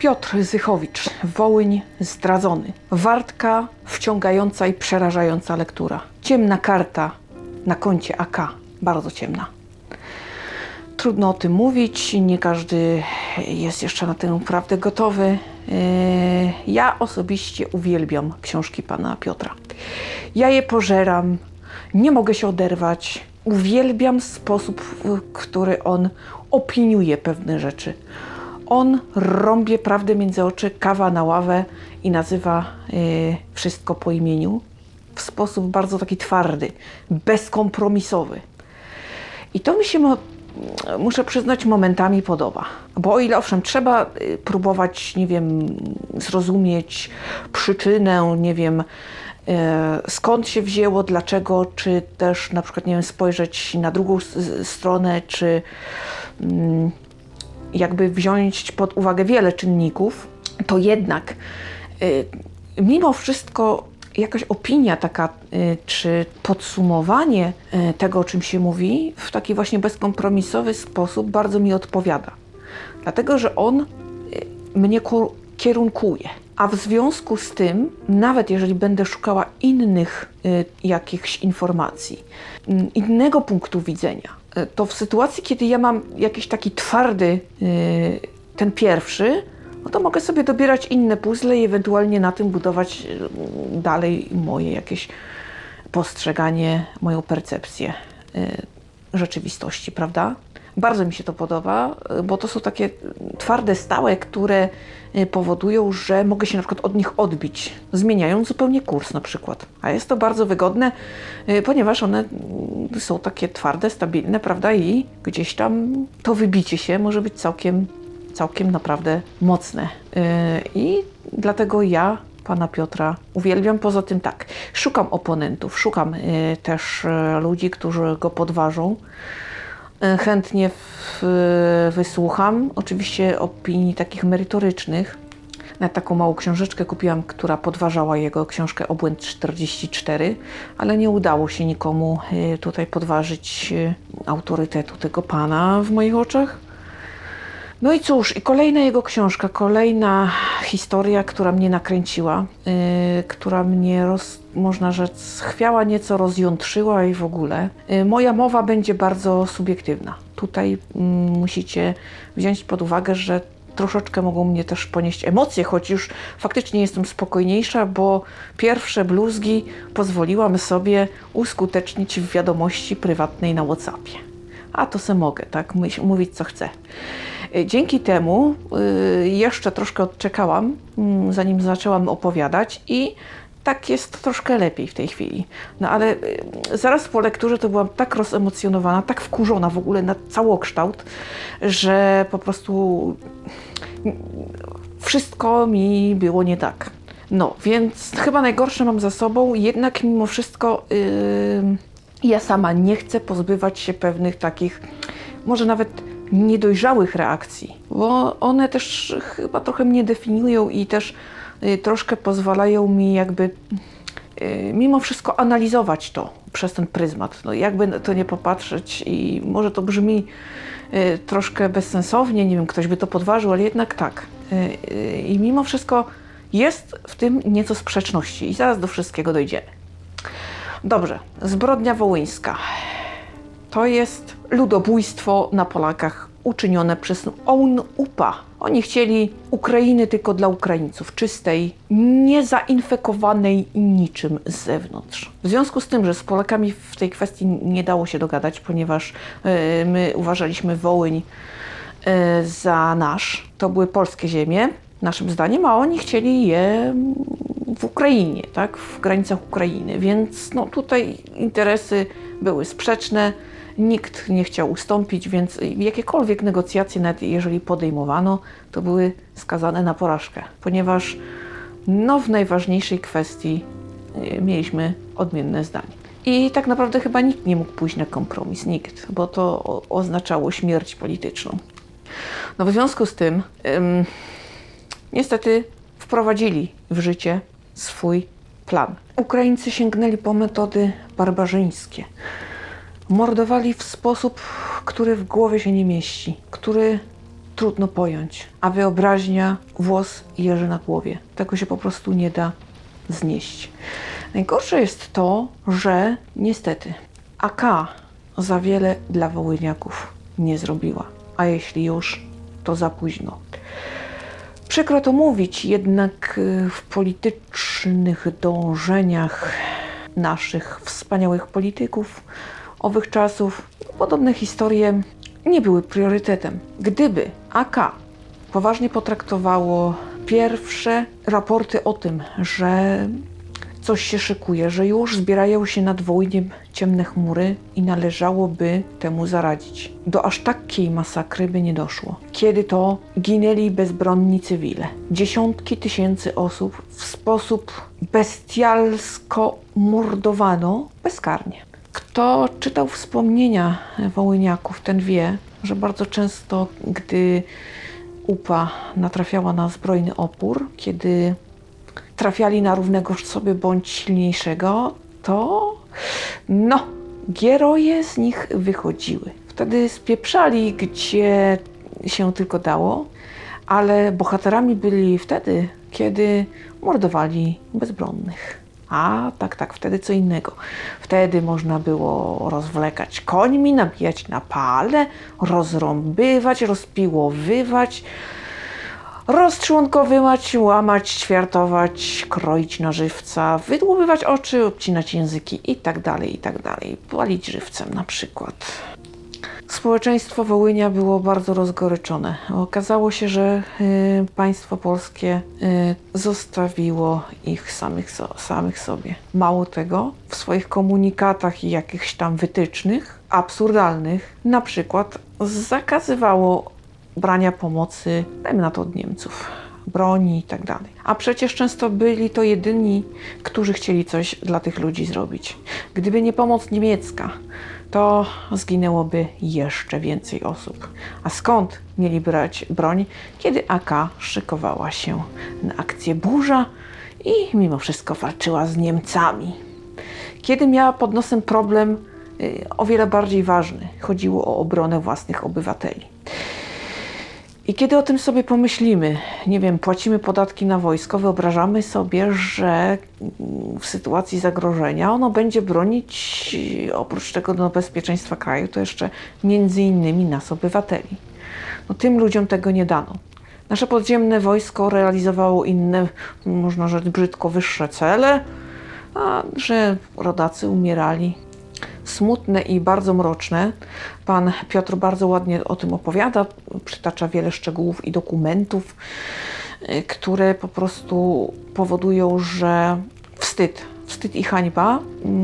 Piotr Zychowicz, Wołyń zdradzony. Wartka, wciągająca i przerażająca lektura. Ciemna karta na koncie AK, bardzo ciemna. Trudno o tym mówić, nie każdy jest jeszcze na tę prawdę gotowy. Ja osobiście uwielbiam książki pana Piotra. Ja je pożeram, nie mogę się oderwać. Uwielbiam sposób, w który on opiniuje pewne rzeczy. On rąbie prawdę między oczy, kawa na ławę i nazywa wszystko po imieniu w sposób bardzo taki twardy, bezkompromisowy. I to mi się, muszę przyznać, momentami podoba. Bo o ile owszem, trzeba próbować, nie wiem, zrozumieć przyczynę, nie wiem, skąd się wzięło, dlaczego, czy też na przykład, nie wiem, spojrzeć na drugą stronę, czy jakby wziąć pod uwagę wiele czynników, to jednak mimo wszystko jakaś opinia taka, czy podsumowanie tego, o czym się mówi, w taki właśnie bezkompromisowy sposób bardzo mi odpowiada. Dlatego, że on mnie kierunkuje. A w związku z tym, nawet jeżeli będę szukała innych jakichś informacji, innego punktu widzenia, to w sytuacji, kiedy ja mam jakiś taki twardy, ten pierwszy, no to mogę sobie dobierać inne puzzle i ewentualnie na tym budować dalej moje jakieś postrzeganie, moją percepcję rzeczywistości, prawda? Bardzo mi się to podoba, bo to są takie twarde stałe, które powodują, że mogę się na przykład od nich odbić, zmieniając zupełnie kurs na przykład. A jest to bardzo wygodne, ponieważ one są takie twarde, stabilne, prawda? I gdzieś tam to wybicie się może być całkiem naprawdę mocne. I dlatego ja pana Piotra uwielbiam. Poza tym tak, szukam oponentów, szukam też ludzi, którzy go podważą. Chętnie wysłucham, oczywiście opinii takich merytorycznych. Na taką małą książeczkę kupiłam, która podważała jego książkę Obłęd 44, ale nie udało się nikomu tutaj podważyć autorytetu tego pana w moich oczach. No i cóż, i kolejna jego książka, kolejna historia, która mnie nakręciła, która mnie, można rzec, chwiała nieco, rozjątrzyła i w ogóle. Moja mowa będzie bardzo subiektywna. Tutaj musicie wziąć pod uwagę, że troszeczkę mogą mnie też ponieść emocje, choć już faktycznie jestem spokojniejsza, bo pierwsze bluzgi pozwoliłam sobie uskutecznić w wiadomości prywatnej na WhatsAppie. A to se mogę, tak, mówić co chcę. Dzięki temu jeszcze troszkę odczekałam, zanim zaczęłam opowiadać i tak jest troszkę lepiej w tej chwili. No ale zaraz po lekturze to byłam tak rozemocjonowana, tak wkurzona w ogóle na całokształt, że po prostu wszystko mi było nie tak. No, więc chyba najgorsze mam za sobą, jednak mimo wszystko ja sama nie chcę pozbywać się pewnych takich, może nawet niedojrzałych reakcji, bo one też chyba trochę mnie definiują i też troszkę pozwalają mi jakby mimo wszystko analizować to przez ten pryzmat. No jakby na to nie popatrzeć i może to brzmi troszkę bezsensownie, nie wiem, ktoś by to podważył, ale jednak tak. I mimo wszystko jest w tym nieco sprzeczności i zaraz do wszystkiego dojdziemy. Dobrze, zbrodnia wołyńska. To jest ludobójstwo na Polakach uczynione przez OUN-UPA. Oni chcieli Ukrainy tylko dla Ukraińców, czystej, niezainfekowanej niczym z zewnątrz. W związku z tym, że z Polakami w tej kwestii nie dało się dogadać, ponieważ my uważaliśmy Wołyń za nasz, to były polskie ziemie, naszym zdaniem, a oni chcieli je w Ukrainie, tak, w granicach Ukrainy, więc no, tutaj interesy były sprzeczne. Nikt nie chciał ustąpić, więc jakiekolwiek negocjacje, nawet jeżeli podejmowano, to były skazane na porażkę, ponieważ no, w najważniejszej kwestii mieliśmy odmienne zdanie. I tak naprawdę chyba nikt nie mógł pójść na kompromis, nikt, bo to oznaczało śmierć polityczną. No w związku z tym niestety wprowadzili w życie swój plan. Ukraińcy sięgnęli po metody barbarzyńskie. Mordowali w sposób, który w głowie się nie mieści, który trudno pojąć, a wyobraźnia włos jeży na głowie. Tego się po prostu nie da znieść. Najgorsze jest to, że niestety AK za wiele dla wołyniaków nie zrobiła, a jeśli już, to za późno. Przykro to mówić, jednak w politycznych dążeniach naszych wspaniałych polityków owych czasów podobne historie nie były priorytetem. Gdyby AK poważnie potraktowało pierwsze raporty o tym, że coś się szykuje, że już zbierają się nad Wołyniem ciemne chmury i należałoby temu zaradzić. Do aż takiej masakry by nie doszło. Kiedy to ginęli bezbronni cywile. Dziesiątki tysięcy osób w sposób bestialsko mordowano bezkarnie. Kto czytał wspomnienia wołyniaków, ten wie, że bardzo często, gdy UPA natrafiała na zbrojny opór, kiedy trafiali na równego sobie bądź silniejszego, to gieroje z nich wychodziły. Wtedy spieprzali, gdzie się tylko dało, ale bohaterami byli wtedy, kiedy mordowali bezbronnych. A tak, wtedy co innego. Wtedy można było rozwlekać końmi, nabijać na pale, rozrąbywać, rozpiłowywać, rozczłonkowywać, łamać, ćwiartować, kroić na żywca, wydłubywać oczy, obcinać języki i tak dalej, palić żywcem na przykład. Społeczeństwo Wołynia było bardzo rozgoryczone. Okazało się, że państwo polskie zostawiło ich samych sobie. Mało tego, w swoich komunikatach i jakichś tam wytycznych absurdalnych na przykład zakazywało brania pomocy, dajmy na to od Niemców, broni i tak dalej. A przecież często byli to jedyni, którzy chcieli coś dla tych ludzi zrobić. Gdyby nie pomoc niemiecka, to zginęłoby jeszcze więcej osób. A skąd mieli brać broń, kiedy AK szykowała się na akcję Burza i mimo wszystko walczyła z Niemcami? Kiedy miała pod nosem problem o wiele bardziej ważny, chodziło o obronę własnych obywateli. I kiedy o tym sobie pomyślimy, nie wiem, płacimy podatki na wojsko, wyobrażamy sobie, że w sytuacji zagrożenia ono będzie bronić oprócz tego bezpieczeństwa kraju, to jeszcze między innymi nas, obywateli. Tym ludziom tego nie dano. Nasze podziemne wojsko realizowało inne, można rzec brzydko, wyższe cele, a że rodacy umierali. Smutne i bardzo mroczne. Pan Piotr bardzo ładnie o tym opowiada, przytacza wiele szczegółów i dokumentów, które po prostu powodują, że wstyd i hańba.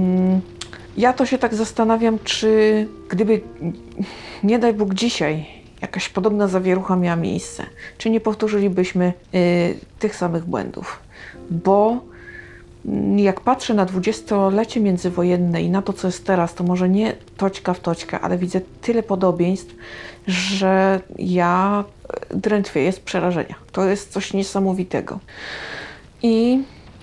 Ja to się tak zastanawiam, czy gdyby, nie daj Bóg, dzisiaj jakaś podobna zawierucha miała miejsce, czy nie powtórzylibyśmy tych samych błędów, bo jak patrzę na dwudziestolecie międzywojenne i na to, co jest teraz, to może nie toćka w toćkę, ale widzę tyle podobieństw, że ja drętwieję z przerażenia. To jest coś niesamowitego. I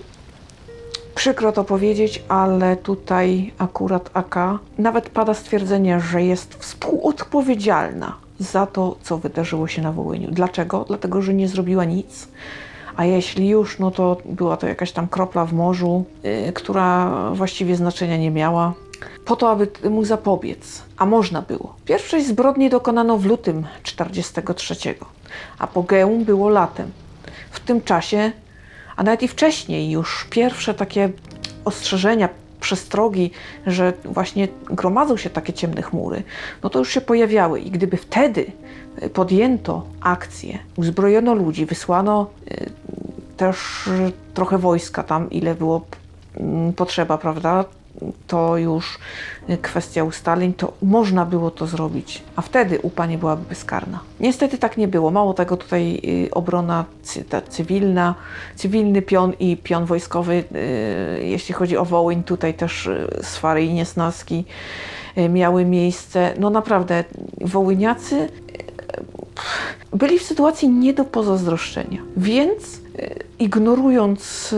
przykro to powiedzieć, ale tutaj akurat AK nawet pada stwierdzenie, że jest współodpowiedzialna za to, co wydarzyło się na Wołyniu. Dlaczego? Dlatego, że nie zrobiła nic. A jeśli już, to była to jakaś tam kropla w morzu, która właściwie znaczenia nie miała, po to, aby mu zapobiec. A można było. Pierwszej zbrodni dokonano w lutym 1943, apogeum było latem. W tym czasie, a nawet i wcześniej, już pierwsze takie ostrzeżenia, przestrogi, że właśnie gromadzą się takie ciemne chmury, to już się pojawiały. I gdyby wtedy podjęto akcję, uzbrojono ludzi, wysłano też trochę wojska tam, ile było potrzeba, prawda? To już kwestia ustaleń, to można było to zrobić, a wtedy UPA nie byłaby bezkarna. Niestety tak nie było. Mało tego, tutaj obrona cywilna, cywilny pion i pion wojskowy, jeśli chodzi o Wołyń, tutaj też swary i niesnaski miały miejsce. Naprawdę, wołyniacy byli w sytuacji nie do pozazdroszczenia, więc ignorując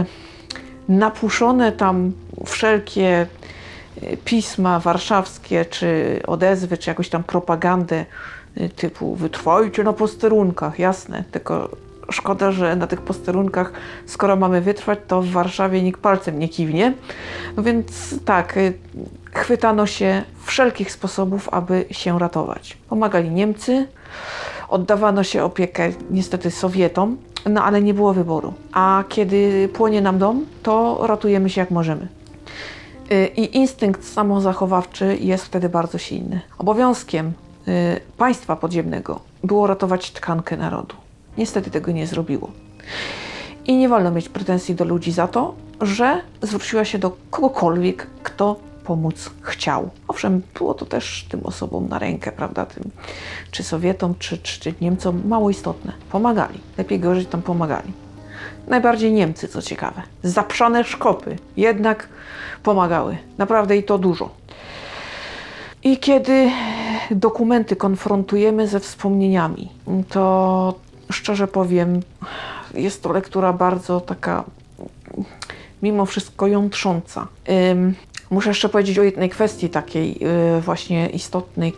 napuszone tam wszelkie pisma warszawskie, czy odezwy, czy jakąś tam propagandę typu wytrwajcie na posterunkach, jasne, tylko szkoda, że na tych posterunkach, skoro mamy wytrwać, to w Warszawie nikt palcem nie kiwnie. No więc tak, chwytano się wszelkich sposobów, aby się ratować. Pomagali Niemcy, oddawano się opiekę niestety Sowietom, no ale nie było wyboru. A kiedy płonie nam dom, to ratujemy się jak możemy. I instynkt samozachowawczy jest wtedy bardzo silny. Obowiązkiem państwa podziemnego było ratować tkankę narodu. Niestety tego nie zrobiło. I nie wolno mieć pretensji do ludzi za to, że zwróciła się do kogokolwiek, kto pomóc chciał. Owszem, było to też tym osobom na rękę, prawda, tym, czy Sowietom, czy Niemcom, mało istotne. Pomagali. Lepiej gorzej tam pomagali. Najbardziej Niemcy, co ciekawe. Zaprzane szkopy, jednak pomagały. Naprawdę i to dużo. I kiedy dokumenty konfrontujemy ze wspomnieniami, to szczerze powiem, jest to lektura bardzo taka, mimo wszystko jątrząca. Muszę jeszcze powiedzieć o jednej kwestii takiej właśnie istotnej,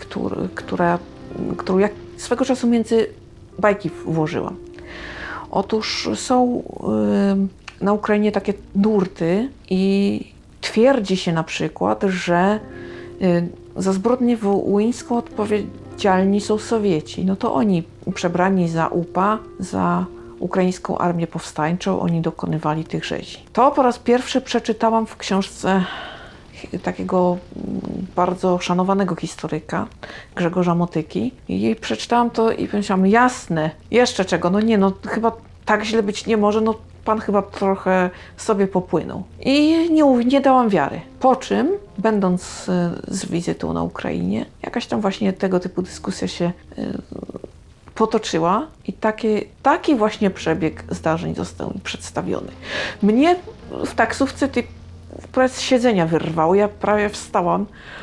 którą ja swego czasu między bajki włożyłam. Otóż są na Ukrainie takie nurty i twierdzi się na przykład, że za zbrodnię wołyńską odpowiedzialni są Sowieci. No to oni przebrani za UPA, za ukraińską armię powstańczą, oni dokonywali tych rzezi. To po raz pierwszy przeczytałam w książce takiego bardzo szanowanego historyka, Grzegorza Motyki. I przeczytałam to i pomyślałam, jasne, jeszcze czego, no nie, no chyba tak źle być nie może, no pan chyba trochę sobie popłynął. I nie dałam wiary. Po czym, będąc z wizytą na Ukrainie, jakaś tam właśnie tego typu dyskusja się potoczyła i taki właśnie przebieg zdarzeń został mi przedstawiony. Mnie w taksówce z siedzenia wyrwało, ja prawie wstałam.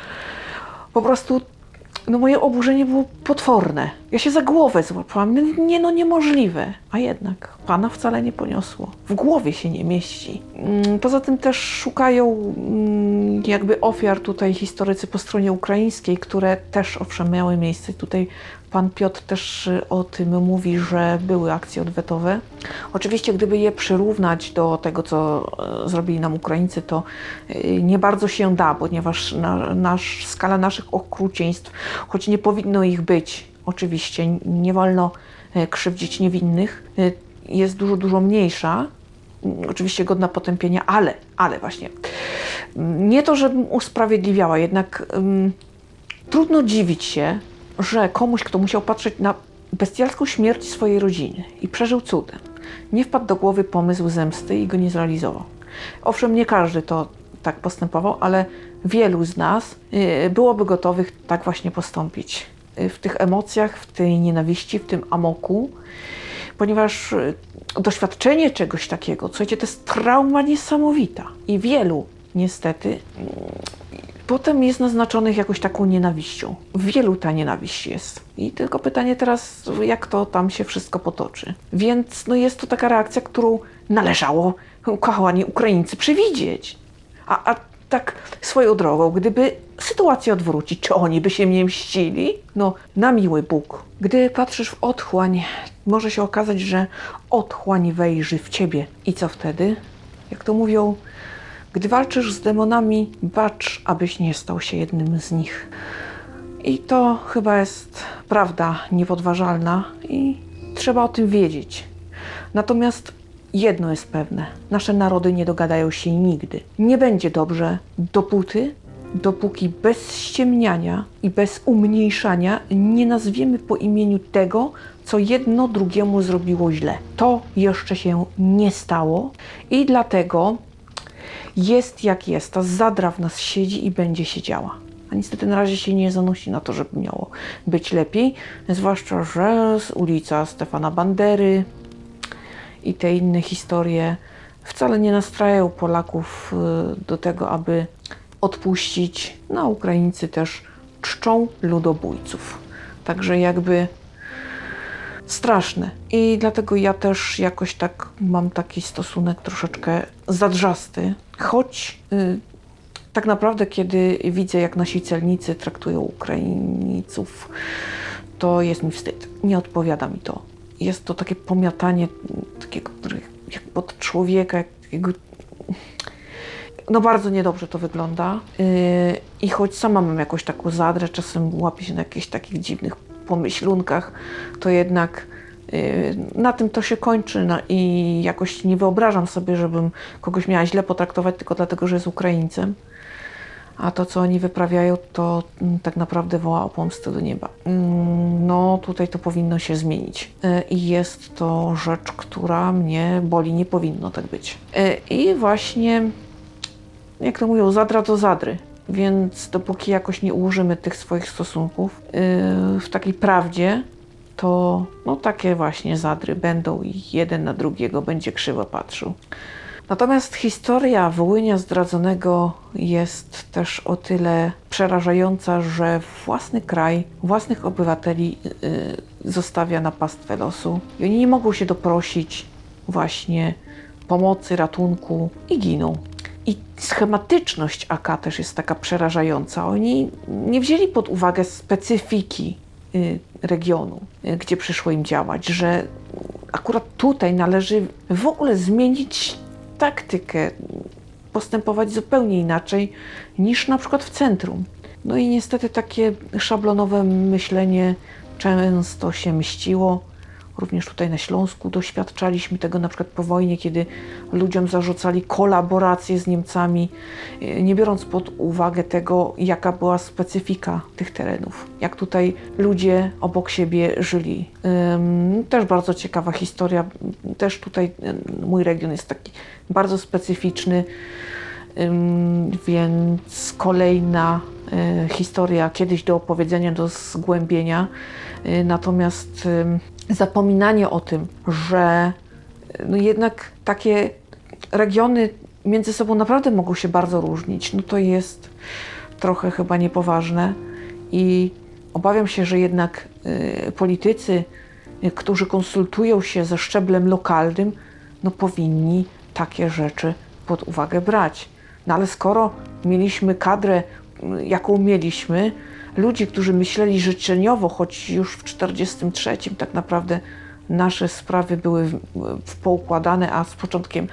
Po prostu no moje oburzenie było potworne. Ja się za głowę złapałam. Nie, no niemożliwe. A jednak pana wcale nie poniosło. W głowie się nie mieści. Poza tym też szukają jakby ofiar tutaj historycy po stronie ukraińskiej, które też owszem miały miejsce. Tutaj pan Piotr też o tym mówi, że były akcje odwetowe. Oczywiście gdyby je przyrównać do tego, co zrobili nam Ukraińcy, to nie bardzo się da, ponieważ skala naszych okrucieństw, choć nie powinno ich być, oczywiście nie wolno krzywdzić niewinnych, jest dużo, dużo mniejsza. Oczywiście godna potępienia, ale właśnie nie to, żebym usprawiedliwiała, jednak trudno dziwić się, że komuś, kto musiał patrzeć na bestialską śmierć swojej rodziny i przeżył cudem, nie wpadł do głowy pomysł zemsty i go nie zrealizował. Owszem, nie każdy to tak postępował, ale wielu z nas byłoby gotowych tak właśnie postąpić. W tych emocjach, w tej nienawiści, w tym amoku, ponieważ doświadczenie czegoś takiego, słuchajcie, to jest trauma niesamowita i wielu niestety potem jest naznaczonych jakąś taką nienawiścią. Wielu ta nienawiść jest. I tylko pytanie teraz, jak to tam się wszystko potoczy. Więc no jest to taka reakcja, którą należało, kochani Ukraińcy, przewidzieć. A tak swoją drogą, gdyby sytuację odwrócić, czy oni by się nie mścili? No, na miły Bóg. Gdy patrzysz w otchłań, może się okazać, że otchłań wejrzy w ciebie. I co wtedy? Jak to mówią, gdy walczysz z demonami, bacz, abyś nie stał się jednym z nich. I to chyba jest prawda niepodważalna i trzeba o tym wiedzieć. Natomiast jedno jest pewne, nasze narody nie dogadają się nigdy. Nie będzie dobrze dopóki bez ściemniania i bez umniejszania nie nazwiemy po imieniu tego, co jedno drugiemu zrobiło źle. To jeszcze się nie stało i dlatego jest jak jest, ta zadra w nas siedzi i będzie siedziała. A niestety na razie się nie zanosi na to, żeby miało być lepiej, zwłaszcza, że ulica Stefana Bandery i te inne historie wcale nie nastrajają Polaków do tego, aby odpuścić. No, Ukraińcy też czczą ludobójców. Także jakby straszne. I dlatego ja też jakoś tak mam taki stosunek troszeczkę zadrzasty. Choć tak naprawdę, kiedy widzę, jak nasi celnicy traktują Ukraińców, to jest mi wstyd. Nie odpowiada mi to. Jest to takie pomiatanie takiego jak pod człowieka, jakiego... No bardzo niedobrze to wygląda. I choć sama mam jakąś taką zadrę, czasem łapię się na jakichś takich dziwnych pomyślunkach, to jednak na tym to się kończy. No i jakoś nie wyobrażam sobie, żebym kogoś miała źle potraktować tylko dlatego, że jest Ukraińcem. A to, co oni wyprawiają, to tak naprawdę woła o pomstę do nieba. No tutaj to powinno się zmienić. I jest to rzecz, która mnie boli, nie powinno tak być. I właśnie, jak to mówią, zadra to zadry. Więc dopóki jakoś nie ułożymy tych swoich stosunków w takiej prawdzie, to no, takie właśnie zadry będą i jeden na drugiego będzie krzywo patrzył. Natomiast historia Wołynia zdradzonego jest też o tyle przerażająca, że własny kraj, własnych obywateli zostawia na pastwę losu i oni nie mogą się doprosić właśnie pomocy, ratunku i giną. I schematyczność AK też jest taka przerażająca. Oni nie wzięli pod uwagę specyfiki regionu, gdzie przyszło im działać, że akurat tutaj należy w ogóle zmienić taktykę, postępować zupełnie inaczej niż na przykład w centrum. No i niestety takie szablonowe myślenie często się mściło. Również tutaj na Śląsku doświadczaliśmy tego na przykład po wojnie, kiedy ludziom zarzucali kolaborację z Niemcami, nie biorąc pod uwagę tego, jaka była specyfika tych terenów. Jak tutaj ludzie obok siebie żyli. Też bardzo ciekawa historia. Też tutaj mój region jest taki bardzo specyficzny, więc kolejna historia kiedyś do opowiedzenia, do zgłębienia. Natomiast zapominanie o tym, że no jednak takie regiony między sobą naprawdę mogą się bardzo różnić, no to jest trochę chyba niepoważne i obawiam się, że jednak politycy, którzy konsultują się ze szczeblem lokalnym, no powinni takie rzeczy pod uwagę brać. No ale skoro mieliśmy kadrę, jaką mieliśmy, ludzi, którzy myśleli życzeniowo, choć już w 1943 tak naprawdę nasze sprawy były poukładane, a z początkiem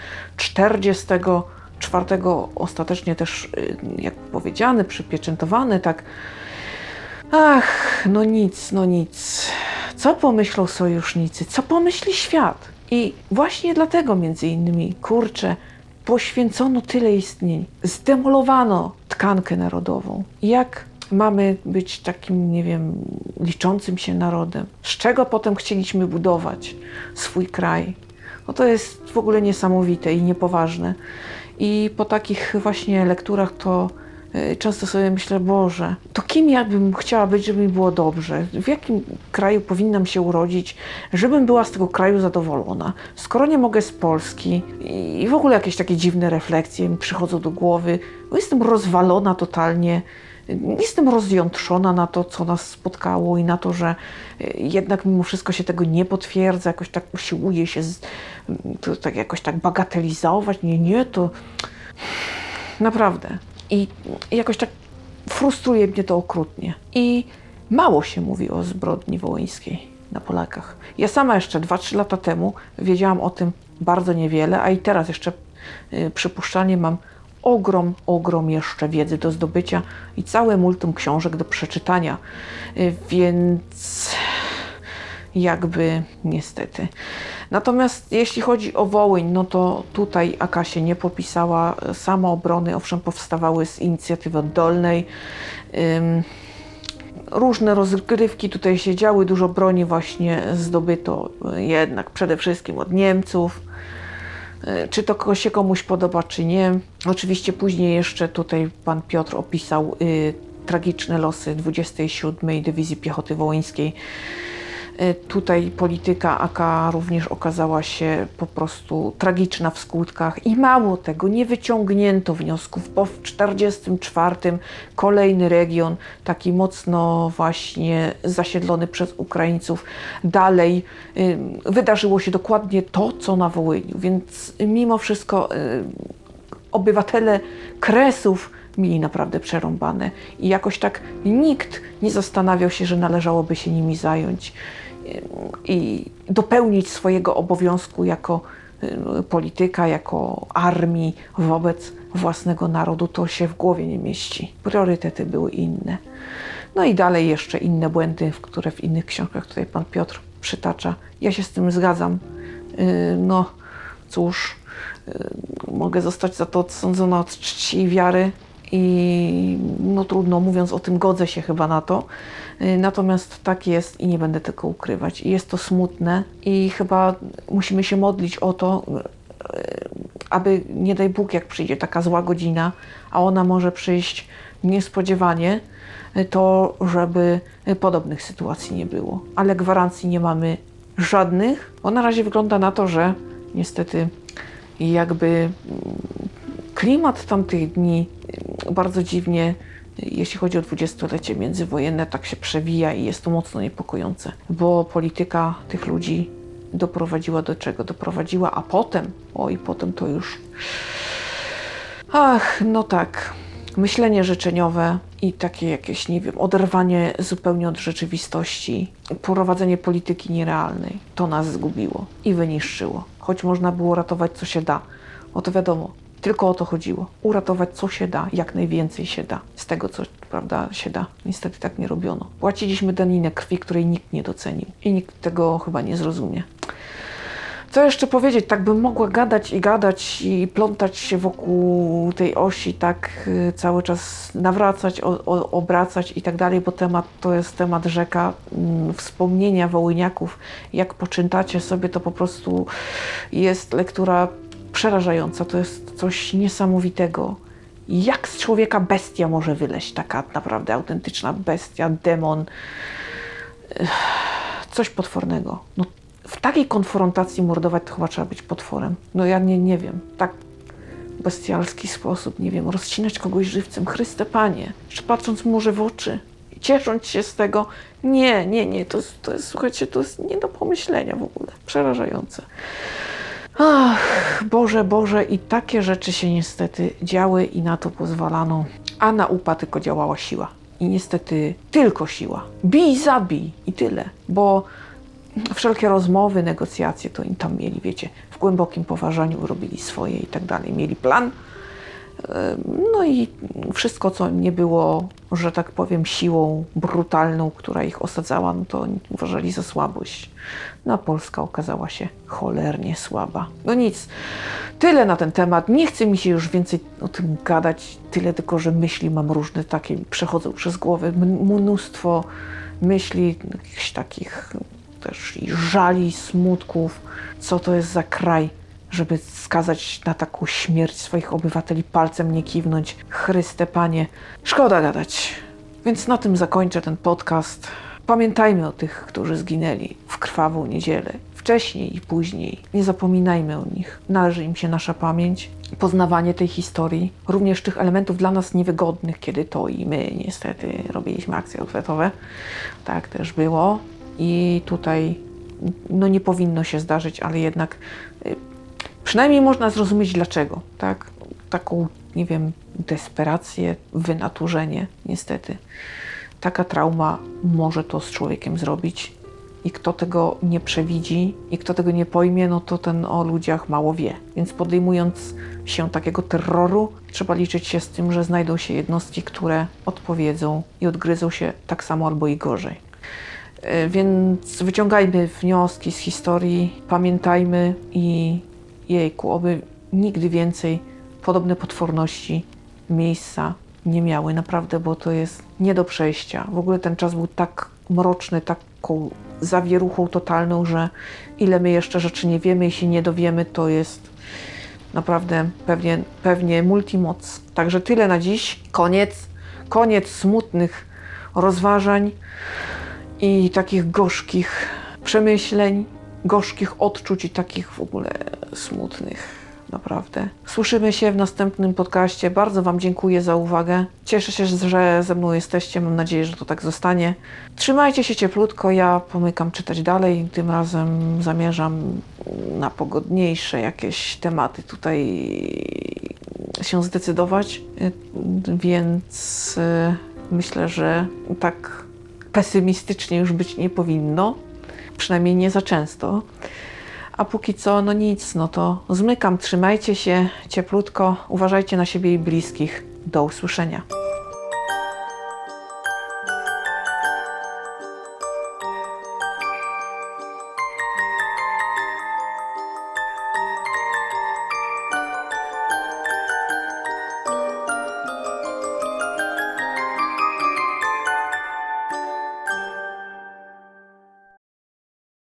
1944 ostatecznie też, jak powiedziane, przypieczętowane, tak. Ach, no nic. Co pomyślą sojusznicy? Co pomyśli świat? I właśnie dlatego między innymi, kurczę, poświęcono tyle istnień. Zdemolowano tkankę narodową. Jak mamy być takim, nie wiem, liczącym się narodem? Z czego potem chcieliśmy budować swój kraj? No to jest w ogóle niesamowite i niepoważne. I po takich właśnie lekturach to często sobie myślę, Boże, to kim ja bym chciała być, żeby mi było dobrze? W jakim kraju powinnam się urodzić, żebym była z tego kraju zadowolona? Skoro nie mogę z Polski i w ogóle jakieś takie dziwne refleksje mi przychodzą do głowy, bo jestem rozwalona totalnie, jestem rozjątrzona na to, co nas spotkało i na to, że jednak mimo wszystko się tego nie potwierdza, jakoś tak usiłuje się to tak jakoś tak bagatelizować. Nie, to naprawdę. I jakoś tak frustruje mnie to okrutnie. I mało się mówi o zbrodni wołyńskiej na Polakach. Ja sama jeszcze 2-3 lata temu wiedziałam o tym bardzo niewiele, a i teraz jeszcze przypuszczalnie mam ogrom jeszcze wiedzy do zdobycia i całe multum książek do przeczytania. Więc jakby niestety. Natomiast jeśli chodzi o Wołyń, no to tutaj AK się nie popisała. Samoobrony owszem powstawały z inicjatywy oddolnej. Różne rozgrywki tutaj się działy, dużo broni właśnie zdobyto jednak przede wszystkim od Niemców. Czy to się komuś podoba, czy nie. Oczywiście później jeszcze tutaj pan Piotr opisał tragiczne losy 27. Dywizji Piechoty Wołyńskiej. Tutaj polityka AK również okazała się po prostu tragiczna w skutkach i mało tego, nie wyciągnięto wniosków, bo w 1944 kolejny region, taki mocno właśnie zasiedlony przez Ukraińców, dalej wydarzyło się dokładnie to, co na Wołyniu, więc mimo wszystko obywatele Kresów mieli naprawdę przerąbane i jakoś tak nikt nie zastanawiał się, że należałoby się nimi zająć i dopełnić swojego obowiązku jako polityka, jako armii wobec własnego narodu. To się w głowie nie mieści. Priorytety były inne. No i dalej jeszcze inne błędy, które w innych książkach tutaj pan Piotr przytacza. Ja się z tym zgadzam. No cóż, mogę zostać za to odsądzona od czci i wiary i no trudno, mówiąc o tym, godzę się chyba na to. Natomiast tak jest i nie będę tego ukrywać. I jest to smutne i chyba musimy się modlić o to, aby nie daj Bóg, jak przyjdzie taka zła godzina, a ona może przyjść niespodziewanie, to żeby podobnych sytuacji nie było. Ale gwarancji nie mamy żadnych, bo na razie wygląda na to, że niestety jakby klimat tamtych dni bardzo dziwnie, jeśli chodzi o dwudziestolecie międzywojenne, tak się przewija i jest to mocno niepokojące, bo polityka tych ludzi doprowadziła do czego? Doprowadziła, a potem, potem to już... no tak, myślenie życzeniowe i takie jakieś, nie wiem, oderwanie zupełnie od rzeczywistości, prowadzenie polityki nierealnej, to nas zgubiło i wyniszczyło. Choć można było ratować, co się da. To wiadomo, tylko o to chodziło. Uratować, co się da, jak najwięcej się da. Z tego, co prawda się da. Niestety tak nie robiono. Płaciliśmy daninę krwi, której nikt nie docenił. I nikt tego chyba nie zrozumie. Co jeszcze powiedzieć? Tak bym mogła gadać i plątać się wokół tej osi, tak cały czas nawracać, obracać i tak dalej, bo temat to jest temat rzeka. Wspomnienia Wołyniaków, jak poczytacie sobie, to po prostu jest lektura przerażająca. To jest coś niesamowitego. Jak z człowieka bestia może wyleść, taka naprawdę autentyczna bestia, demon, coś potwornego. No, w takiej konfrontacji mordować to chyba trzeba być potworem. No ja nie wiem, tak bestialski sposób, nie wiem, rozcinać kogoś żywcem. Chryste Panie, jeszcze patrząc mu może w oczy, ciesząc się z tego. Nie, to jest, słuchajcie, to jest nie do pomyślenia w ogóle. Przerażające. Ach, Boże, i takie rzeczy się niestety działy i na to pozwalano, a na UPA tylko działała siła. I niestety tylko siła. Bij, zabij i tyle, bo wszelkie rozmowy, negocjacje to im tam mieli, wiecie, w głębokim poważaniu robili swoje i tak dalej. Mieli plan, no i wszystko, co nie było, że tak powiem, siłą brutalną, która ich osadzała, no to oni uważali za słabość. No a Polska okazała się cholernie słaba. No nic, tyle na ten temat. Nie chce mi się już więcej o tym gadać, tyle tylko, że myśli mam różne takie, przechodzą przez głowę. Mnóstwo myśli, jakichś takich też i żali, smutków, co to jest za kraj, żeby skazać na taką śmierć swoich obywateli, palcem nie kiwnąć. Chryste Panie, szkoda gadać. Więc na tym zakończę ten podcast. Pamiętajmy o tych, którzy zginęli w krwawą niedzielę, wcześniej i później. Nie zapominajmy o nich. Należy im się nasza pamięć, poznawanie tej historii, również tych elementów dla nas niewygodnych, kiedy to i my niestety robiliśmy akcje odwetowe. Tak też było. I tutaj no nie powinno się zdarzyć, ale jednak przynajmniej można zrozumieć dlaczego, tak? Taką, nie wiem, desperację, wynaturzenie, niestety. Taka trauma może to z człowiekiem zrobić i kto tego nie przewidzi i kto tego nie pojmie, no to ten o ludziach mało wie. Więc podejmując się takiego terroru, trzeba liczyć się z tym, że znajdą się jednostki, które odpowiedzą i odgryzą się tak samo albo i gorzej. Więc wyciągajmy wnioski z historii, pamiętajmy i jejku, oby nigdy więcej podobne potworności miejsca nie miały, naprawdę, bo to jest nie do przejścia. W ogóle ten czas był tak mroczny, taką zawieruchą totalną, że ile my jeszcze rzeczy nie wiemy i się nie dowiemy, to jest naprawdę pewnie multimoc. Także tyle na dziś. Koniec smutnych rozważań i takich gorzkich przemyśleń, gorzkich odczuć i takich w ogóle smutnych, naprawdę. Słyszymy się w następnym podcaście. Bardzo Wam dziękuję za uwagę. Cieszę się, że ze mną jesteście. Mam nadzieję, że to tak zostanie. Trzymajcie się cieplutko. Ja pomykam czytać dalej. Tym razem zamierzam na pogodniejsze jakieś tematy tutaj się zdecydować, więc myślę, że tak pesymistycznie już być nie powinno, przynajmniej nie za często. A póki co, no nic, no to zmykam. Trzymajcie się cieplutko, uważajcie na siebie i bliskich. Do usłyszenia.